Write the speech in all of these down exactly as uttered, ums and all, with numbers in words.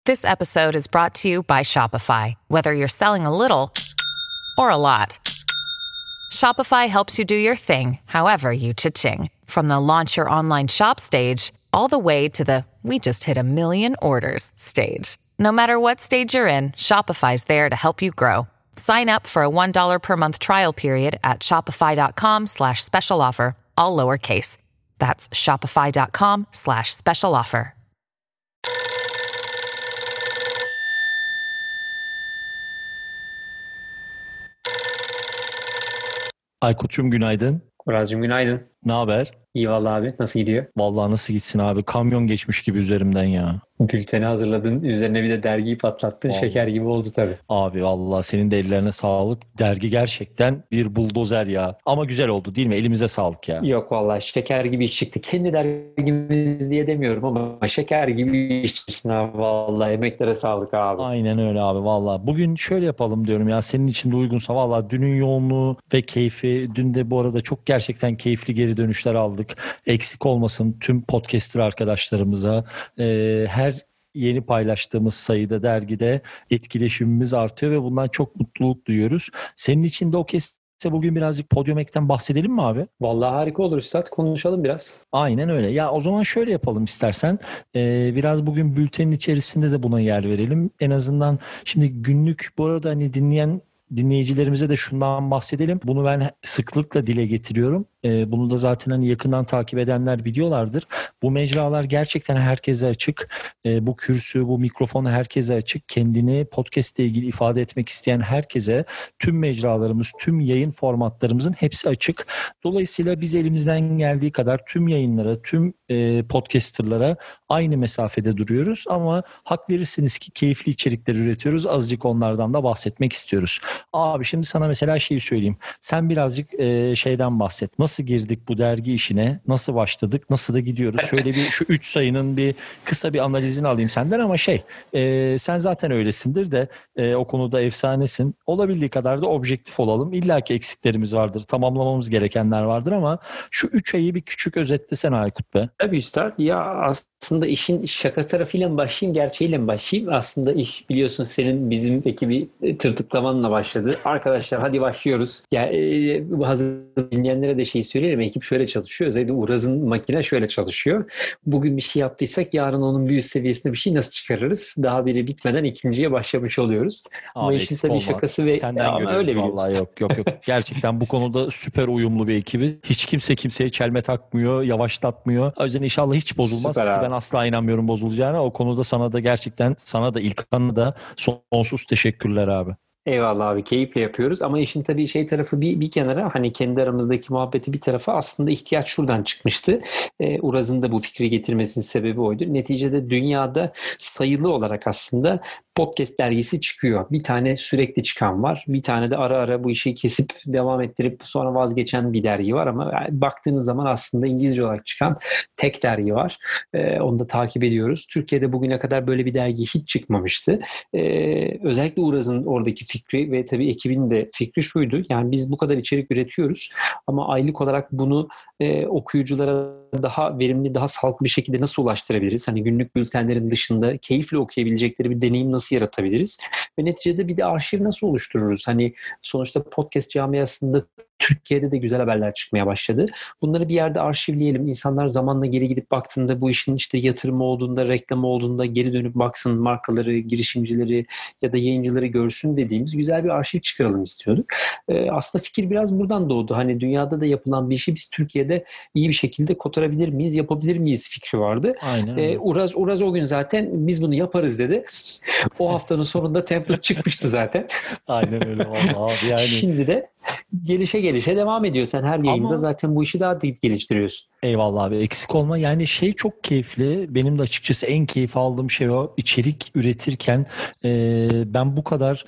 This episode is brought to you by Shopify. Whether you're selling a little or a lot, Shopify helps you do your thing, however you cha-ching. From the launch your online shop stage, all the way to the we just hit a million orders stage. No matter what stage you're in, Shopify's there to help you grow. Sign up for a one dollar per month trial period at shopify.com slash special offer, all lowercase. That's shopify.com slash special offer. Aykut'cum günaydın. Murat'cığım günaydın. Ne haber? İyi vallahi abi. Nasıl gidiyor? Vallahi nasıl gitsin abi? Kamyon geçmiş gibi üzerimden ya. Bülteni hazırladın. Üzerine bir de dergiyi patlattın. Vallahi. Şeker gibi oldu tabii. Abi vallahi senin de ellerine sağlık. Dergi gerçekten bir buldozer ya. Ama güzel oldu değil mi? Elimize sağlık ya. Yok vallahi şeker gibi iş çıktı. Kendi dergimiz diye demiyorum ama şeker gibi iş çıksın abi. Vallahi emeklere sağlık abi. Aynen öyle abi vallahi. Bugün şöyle yapalım diyorum ya. Senin için de uygunsa vallahi dünün yoğunluğu ve keyfi. Dün de bu arada çok gerçekten keyifli geri dönüşler aldık. Eksik olmasın tüm podcaster arkadaşlarımıza. Ee, her yeni paylaştığımız sayıda dergide etkileşimimiz artıyor ve bundan çok mutluluk duyuyoruz. Senin için de o kez bugün birazcık Podium Ek'ten bahsedelim mi abi? Vallahi harika olur üstad. Konuşalım biraz. Aynen öyle. Ya o zaman şöyle yapalım istersen. Ee, biraz bugün bültenin içerisinde de buna yer verelim. En azından şimdi günlük bu arada hani dinleyen dinleyicilerimize de şundan bahsedelim. Bunu ben sıklıkla dile getiriyorum. Ee, bunu da zaten hani yakından takip edenler biliyorlardır. Bu mecralar gerçekten herkese açık. Ee, bu kürsü, bu mikrofon herkese açık. Kendini podcast ile ilgili ifade etmek isteyen herkese tüm mecralarımız, tüm yayın formatlarımızın hepsi açık. Dolayısıyla biz elimizden geldiği kadar tüm yayınlara, tüm e, podcasterlara aynı mesafede duruyoruz. Ama hak verirsiniz ki keyifli içerikler üretiyoruz. Azıcık onlardan da bahsetmek istiyoruz. Abi şimdi sana mesela şeyi söyleyeyim. Sen birazcık e, şeyden bahset. Nasıl girdik bu dergi işine? Nasıl başladık? Nasıl da gidiyoruz? Şöyle bir şu üç sayının bir kısa bir analizini alayım senden ama şey e, sen zaten öylesindir de e, o konuda efsanesin. Olabildiği kadar da objektif olalım. İlla ki eksiklerimiz vardır. Tamamlamamız gerekenler vardır ama şu üç ayı bir küçük özetlesene Aykut be. Tabii üstad. Ya aslında işin şaka tarafıyla mı başlayayım, gerçeğiyle mi başlayayım? Aslında iş biliyorsun senin bizim ekibi tırtıklamanla başladı. Arkadaşlar hadi başlıyoruz. Ya e, hazır dinleyenlere de şey söyleyelim. Ekip şöyle çalışıyor. Özellikle Uraz'ın makine şöyle çalışıyor. Bugün bir şey yaptıysak yarın onun bir üst seviyesinde bir şey nasıl çıkarırız? Daha biri bitmeden ikinciye başlamış oluyoruz. Abi ama işin tabii olma. şakası ve senden ama görüyoruz öyle vallahi yok yok yok. Gerçekten bu konuda süper uyumlu bir ekibi. Hiç kimse kimseye çelme takmıyor, yavaşlatmıyor. O yüzden inşallah hiç bozulmaz Süper ki abi. ben asla inanmıyorum bozulacağına. O konuda sana da gerçekten sana da İlkan'a da sonsuz teşekkürler abi. Eyvallah abi, keyifle yapıyoruz ama işin tabii şey tarafı bir, bir kenara, hani kendi aramızdaki muhabbeti bir tarafa, aslında ihtiyaç şuradan çıkmıştı. Ee, Uraz'ın da bu fikri getirmesinin sebebi oydu. Neticede dünyada sayılı olarak aslında podcast dergisi çıkıyor. Bir tane sürekli çıkan var. Bir tane de ara ara bu işi kesip devam ettirip sonra vazgeçen bir dergi var ama baktığınız zaman aslında İngilizce olarak çıkan tek dergi var. Ee, onu da takip ediyoruz. Türkiye'de bugüne kadar böyle bir dergi hiç çıkmamıştı. Ee, özellikle Uraz'ın oradaki fikri ve tabii ekibin de fikri şuydu. Yani biz bu kadar içerik üretiyoruz ama aylık olarak bunu e, okuyuculara daha verimli, daha sağlıklı bir şekilde nasıl ulaştırabiliriz? Hani günlük bültenlerin dışında keyifle okuyabilecekleri bir deneyim nasıl yaratabiliriz? Ve neticede bir de arşiv nasıl oluştururuz? Hani sonuçta podcast camiasında Türkiye'de de güzel haberler çıkmaya başladı. Bunları bir yerde arşivleyelim. İnsanlar zamanla geri gidip baktığında bu işin işte yatırımı olduğunda, reklamı olduğunda geri dönüp baksın, markaları, girişimcileri ya da yayıncıları görsün dediğimiz güzel bir arşiv çıkaralım istiyorduk. Ee, aslında fikir biraz buradan doğdu. Hani dünyada da yapılan bir işi biz Türkiye'de iyi bir şekilde kotarabilir miyiz, yapabilir miyiz fikri vardı. Aynen. Ee, Uraz, Uraz o gün zaten biz bunu yaparız dedi. O haftanın sonunda template çıkmıştı zaten. Aynen öyle vallahi abi yani. Şimdi de gelişe gelişe devam ediyor. Sen her yayında Ama zaten bu işi daha geliştiriyorsun. eyvallah abi, eksik olma. Yani şey çok keyifli. Benim de açıkçası en keyif aldığım şey o. İçerik üretirken e, ben bu kadar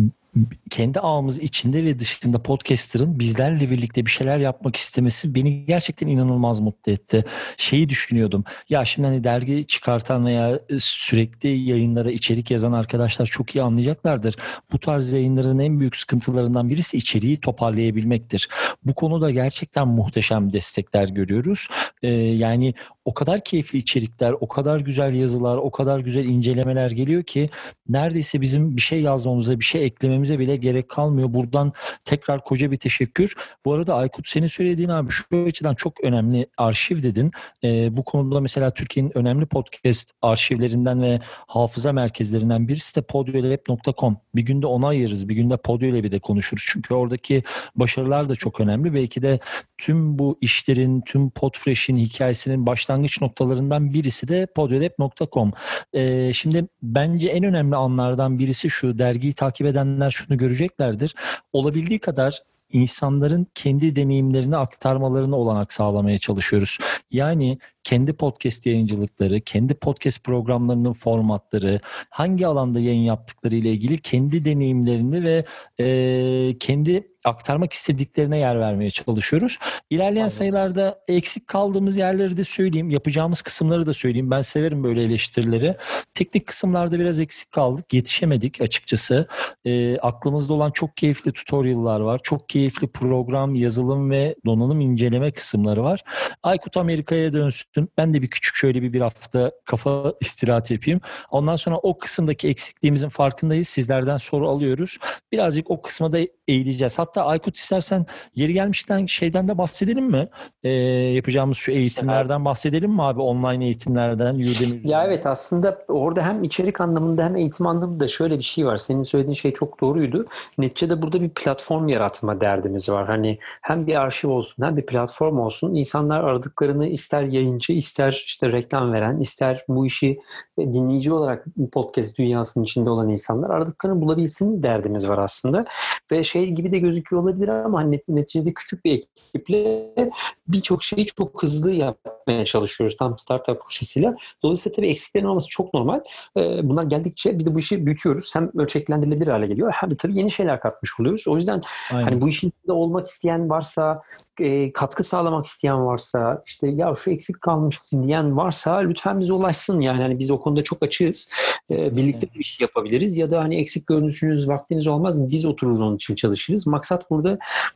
kendi ağımız içinde ve dışında podcaster'ın bizlerle birlikte bir şeyler yapmak istemesi beni gerçekten inanılmaz mutlu etti. Şeyi düşünüyordum. Ya şimdi hani dergi çıkartan veya sürekli yayınlara içerik yazan arkadaşlar çok iyi anlayacaklardır. Bu tarz yayınların en büyük sıkıntılarından birisi içeriği toparlayabilmektir. Bu konuda gerçekten muhteşem destekler görüyoruz. Ee, yani o kadar keyifli içerikler, o kadar güzel yazılar, o kadar güzel incelemeler geliyor ki neredeyse bizim bir şey yazmamıza, bir şey eklememize bile gerek kalmıyor. Buradan tekrar koca bir teşekkür. Bu arada Aykut, senin söylediğin abi şu açıdan çok önemli, arşiv dedin. Ee, bu konuda mesela Türkiye'nin önemli podcast arşivlerinden ve hafıza merkezlerinden birisi de podyolab nokta com. Bir günde ona ayırırız. Bir günde Podyolab'i de konuşuruz. Çünkü oradaki başarılar da çok önemli. Belki de tüm bu işlerin, tüm Podfresh'in hikayesinin başlangıç noktalarından birisi de podyolab nokta com. Ee, şimdi bence en önemli anlardan birisi şu: dergiyi takip edenler şunu göreceklerdir. Olabildiği kadar insanların kendi deneyimlerini aktarmalarına olanak sağlamaya çalışıyoruz. Yani kendi podcast yayıncılıkları, kendi podcast programlarının formatları, hangi alanda yayın yaptıkları ile ilgili kendi deneyimlerini ve e, kendi aktarmak istediklerine yer vermeye çalışıyoruz. İlerleyen Aynen. sayılarda eksik kaldığımız yerleri de söyleyeyim, yapacağımız kısımları da söyleyeyim. Ben severim böyle eleştirileri. Teknik kısımlarda biraz eksik kaldık, yetişemedik açıkçası. E, aklımızda olan çok keyifli tutorial'lar var, çok keyifli program, yazılım ve donanım inceleme kısımları var. Aykut Amerika'ya dönsün. Ben de bir küçük şöyle bir bir hafta kafa istirahat yapayım. Ondan sonra o kısımdaki eksikliğimizin farkındayız. Sizlerden soru alıyoruz. Birazcık o kısma da eğileceğiz. Hatta Aykut, istersen yeri gelmişten şeyden de bahsedelim mi? Ee, yapacağımız şu eğitimlerden bahsedelim mi abi? Online eğitimlerden, Udemy. Ya evet, aslında orada hem içerik anlamında hem eğitim anlamında şöyle bir şey var. Senin söylediğin şey çok doğruydu. Neticede burada bir platform yaratma derdimiz var. Hani hem bir arşiv olsun hem bir platform olsun. İnsanlar aradıklarını ister yayıncı, ister işte reklam veren, ister bu işi dinleyici olarak podcast dünyasının içinde olan insanlar aradıklarını bulabilsin derdimiz var aslında. Ve şey gibi de gözüküyor olabilir ama hani neticede küçük bir ekiple birçok şeyi çok hızlı yapmaya çalışıyoruz tam startup prosesiyle. Dolayısıyla tabii eksiklerin olması çok normal. Bunlar geldikçe biz de bu işi büyütüyoruz. Hem ölçeklendirilebilir hale geliyor hem de tabii yeni şeyler katmış oluyoruz. O yüzden Aynen. hani bu işin içinde olmak isteyen varsa, katkı sağlamak isteyen varsa, işte ya şu eksik kalmış diyen varsa lütfen bize ulaşsın. Yani hani biz o konuda çok açığız. Kesinlikle. Birlikte bir iş yapabiliriz ya da hani eksik görünüşünüz, vaktiniz olmaz mı? Biz otururuz onun için çalışırız. Maksat burada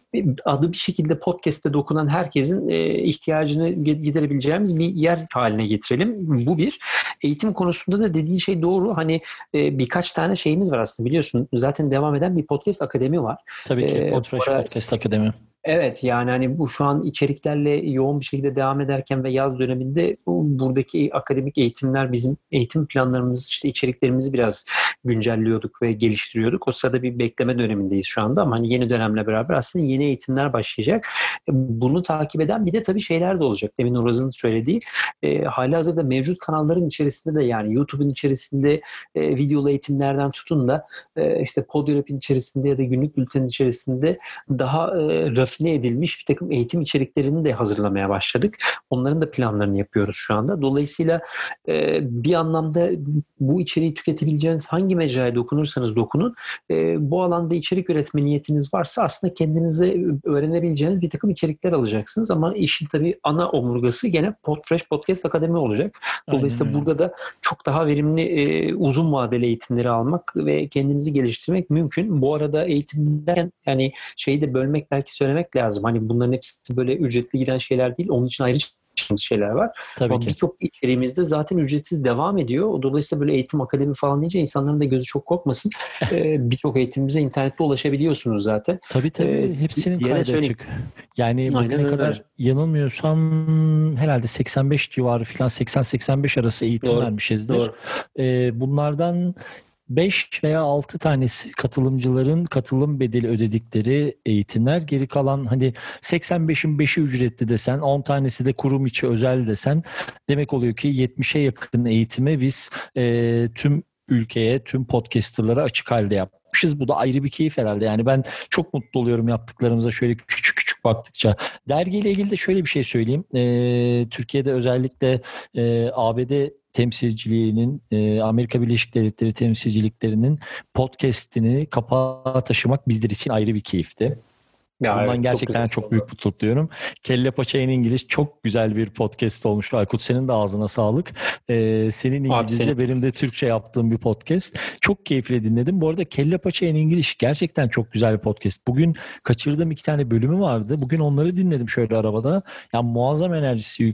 adı bir şekilde podcast'te dokunan herkesin ihtiyacını giderebileceğimiz bir yer haline getirelim. Bu bir. Eğitim konusunda da dediğin şey doğru. Hani birkaç tane şeyimiz var aslında, biliyorsun. Zaten devam eden bir podcast akademi var. Tabii ki. Podfresh ee, Podcast Akademi. Evet, yani hani bu şu an içeriklerle yoğun bir şekilde devam ederken ve yaz döneminde buradaki akademik eğitimler, bizim eğitim planlarımız, işte içeriklerimizi biraz güncelliyorduk ve geliştiriyorduk. O sırada bir bekleme dönemindeyiz şu anda ama hani yeni dönemle beraber aslında yeni eğitimler başlayacak. Bunu takip eden bir de tabii şeyler de olacak. Demin Uraz'ın söylediği e, halihazırda mevcut kanalların içerisinde de, yani YouTube'un içerisinde e, videolu eğitimlerden tutun da e, işte Podyolab'in içerisinde ya da günlük bültenin içerisinde daha e, rafine edilmiş bir takım eğitim içeriklerini de hazırlamaya başladık. Onların da planlarını yapıyoruz şu anda. Dolayısıyla e, bir anlamda bu içeriği tüketebileceğiniz hangi mecraya dokunursanız dokunun, e, bu alanda içerik üretme niyetiniz varsa aslında kendinize öğrenebileceğiniz bir takım içerikler alacaksınız ama işin tabii ana omurgası gene Podfresh Podcast Akademi olacak. Dolayısıyla Aynen. burada da çok daha verimli e, uzun vadeli eğitimleri almak ve kendinizi geliştirmek mümkün. Bu arada eğitimden yani şeyi de bölmek, belki söylemek lazım. Hani bunların hepsi böyle ücretli giden şeyler değil. Onun için ayrı şeyler var. Tabii Ama ki. birçok içeriğimizde zaten ücretsiz devam ediyor. Dolayısıyla böyle eğitim, akademi falan deyince insanların da gözü çok korkmasın. ee, birçok eğitimimize internette ulaşabiliyorsunuz zaten. Tabii tabii. Ee, Hepsinin kaydı açık. Yani bugüne Aynen kadar öyle. yanılmıyorsam herhalde seksen beş civarı falan, seksen seksen beş arası eğitim Doğru. vermişizdir. Doğru. Ee, bunlardan beş veya altı tanesi katılımcıların katılım bedeli ödedikleri eğitimler. Geri kalan hani seksen beşin beşi ücretli desen, on tanesi de kurum içi özel desen, demek oluyor ki yetmişe yakın eğitimi biz e, tüm ülkeye, tüm podcasterlara açık halde yapmışız. Bu da ayrı bir keyif herhalde. Yani ben çok mutlu oluyorum yaptıklarımıza şöyle küçük küçük baktıkça. Dergiyle ilgili de şöyle bir şey söyleyeyim. E, Türkiye'de özellikle e, A B D temsilciliğinin, e, Amerika Birleşik Devletleri temsilciliklerinin podcast'ini kapağa taşımak bizler için ayrı bir keyifti. Ya Bundan evet, gerçekten çok, çok büyük mutluluk duyuyorum. Kelle Paça in İngiliz çok güzel bir podcast olmuş. Aykut, senin de ağzına sağlık. Ee, senin İngilizce, Abi, benim de Türkçe yaptığım bir podcast. Çok keyifli dinledim. Bu arada Kelle Paça in İngiliz gerçekten çok güzel bir podcast. Bugün kaçırdığım iki tane bölümü vardı. Bugün onları dinledim şöyle arabada. Yani muazzam enerjisi yüksek.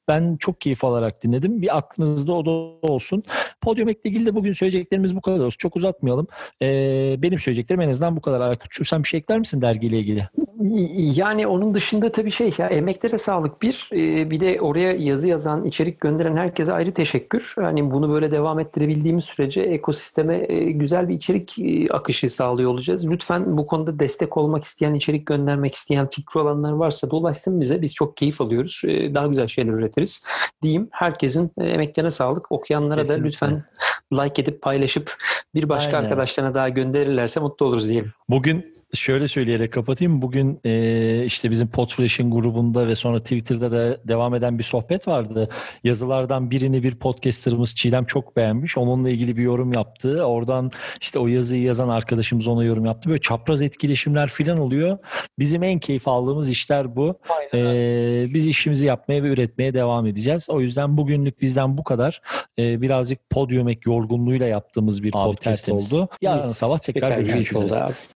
Ben çok keyif alarak dinledim. Bir aklınızda o da olsun. Podium Ek'le ilgili de bugün söyleyeceklerimiz bu kadar olsun. Çok uzatmayalım. Ee, benim söyleyeceklerim en azından bu kadar. Aykut, sen bir şey ekler misin dergiyle ilgili? Yani onun dışında tabii şey ya, emeklere sağlık bir. Ee, bir de oraya yazı yazan, içerik gönderen herkese ayrı teşekkür. Hani bunu böyle devam ettirebildiğimiz sürece ekosisteme e, güzel bir içerik e, akışı sağlıyor olacağız. Lütfen bu konuda destek olmak isteyen, içerik göndermek isteyen, fikri olanlar varsa da ulaşsın bize. Biz çok keyif alıyoruz. E, daha güzel şeyler üretiriz diyeyim. Herkesin e, emeklerine sağlık. Okuyanlara Kesinlikle. da lütfen like edip paylaşıp bir başka Aynen. arkadaşlarına daha gönderirlerse mutlu oluruz diyelim. Bugün şöyle söyleyerek kapatayım. Bugün e, işte bizim Podflash'in grubunda ve sonra Twitter'da da devam eden bir sohbet vardı. Yazılardan birini bir podcasterımız Çiğdem çok beğenmiş. Onunla ilgili bir yorum yaptı. Oradan işte o yazıyı yazan arkadaşımız ona yorum yaptı. Böyle çapraz etkileşimler falan oluyor. Bizim en keyif aldığımız işler bu. E, biz işimizi yapmaya ve üretmeye devam edeceğiz. O yüzden bugünlük bizden bu kadar. E, birazcık Podium Ek yorgunluğuyla yaptığımız bir Abi podcast tertemiz. oldu. Yarın Biz sabah tekrar görüşmek üzere.